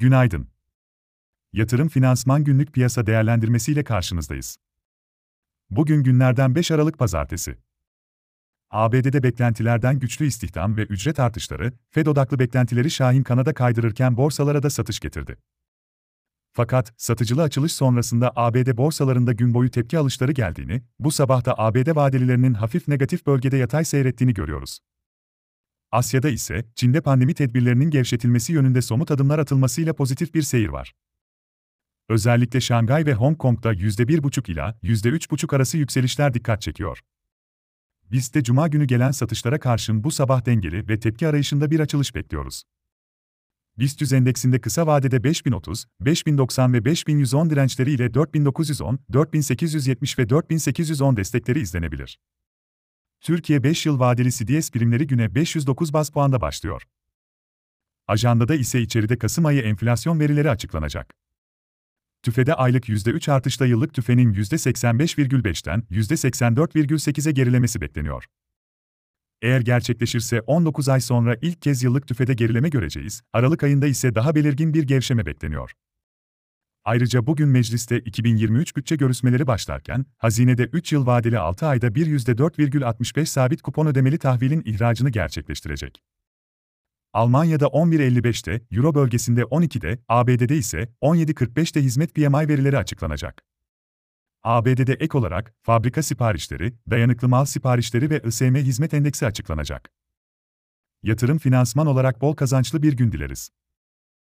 Günaydın. Yatırım Finansman Günlük Piyasa Değerlendirmesi ile karşınızdayız. Bugün günlerden 5 Aralık Pazartesi. ABD'de beklentilerden güçlü istihdam ve ücret artışları, Fed odaklı beklentileri şahin kanada kaydırırken borsalara da satış getirdi. Fakat, satıcılı açılış sonrasında ABD borsalarında gün boyu tepki alışları geldiğini, bu sabah da ABD vadelilerinin hafif negatif bölgede yatay seyrettiğini görüyoruz. Asya'da ise, Çin'de pandemi tedbirlerinin gevşetilmesi yönünde somut adımlar atılmasıyla pozitif bir seyir var. Özellikle Şangay ve Hong Kong'da %1,5 ila %3,5 arası yükselişler dikkat çekiyor. BIST'te Cuma günü gelen satışlara karşın bu sabah dengeli ve tepki arayışında bir açılış bekliyoruz. BIST 100 endeksinde kısa vadede 5030, 5090 ve 5110 dirençleri ile 4910, 4870 ve 4810 destekleri izlenebilir. Türkiye 5 yıl vadeli CDS primleri güne 509 baz puanda başlıyor. Ajandada ise içeride Kasım ayı enflasyon verileri açıklanacak. TÜFE'de aylık %3 artışla yıllık TÜFE'nin %85,5'ten %84,8'e gerilemesi bekleniyor. Eğer gerçekleşirse 19 ay sonra ilk kez yıllık TÜFE'de gerileme göreceğiz, Aralık ayında ise daha belirgin bir gevşeme bekleniyor. Ayrıca bugün mecliste 2023 bütçe görüşmeleri başlarken, hazinede 3 yıl vadeli 6 ayda bir %4,65 sabit kupon ödemeli tahvilin ihracını gerçekleştirecek. Almanya'da 11.55'te, Euro bölgesinde 12'de, ABD'de ise 17.45'te hizmet PMI verileri açıklanacak. ABD'de ek olarak fabrika siparişleri, dayanıklı mal siparişleri ve ISM hizmet endeksi açıklanacak. Yatırım finansman olarak bol kazançlı bir gün dileriz.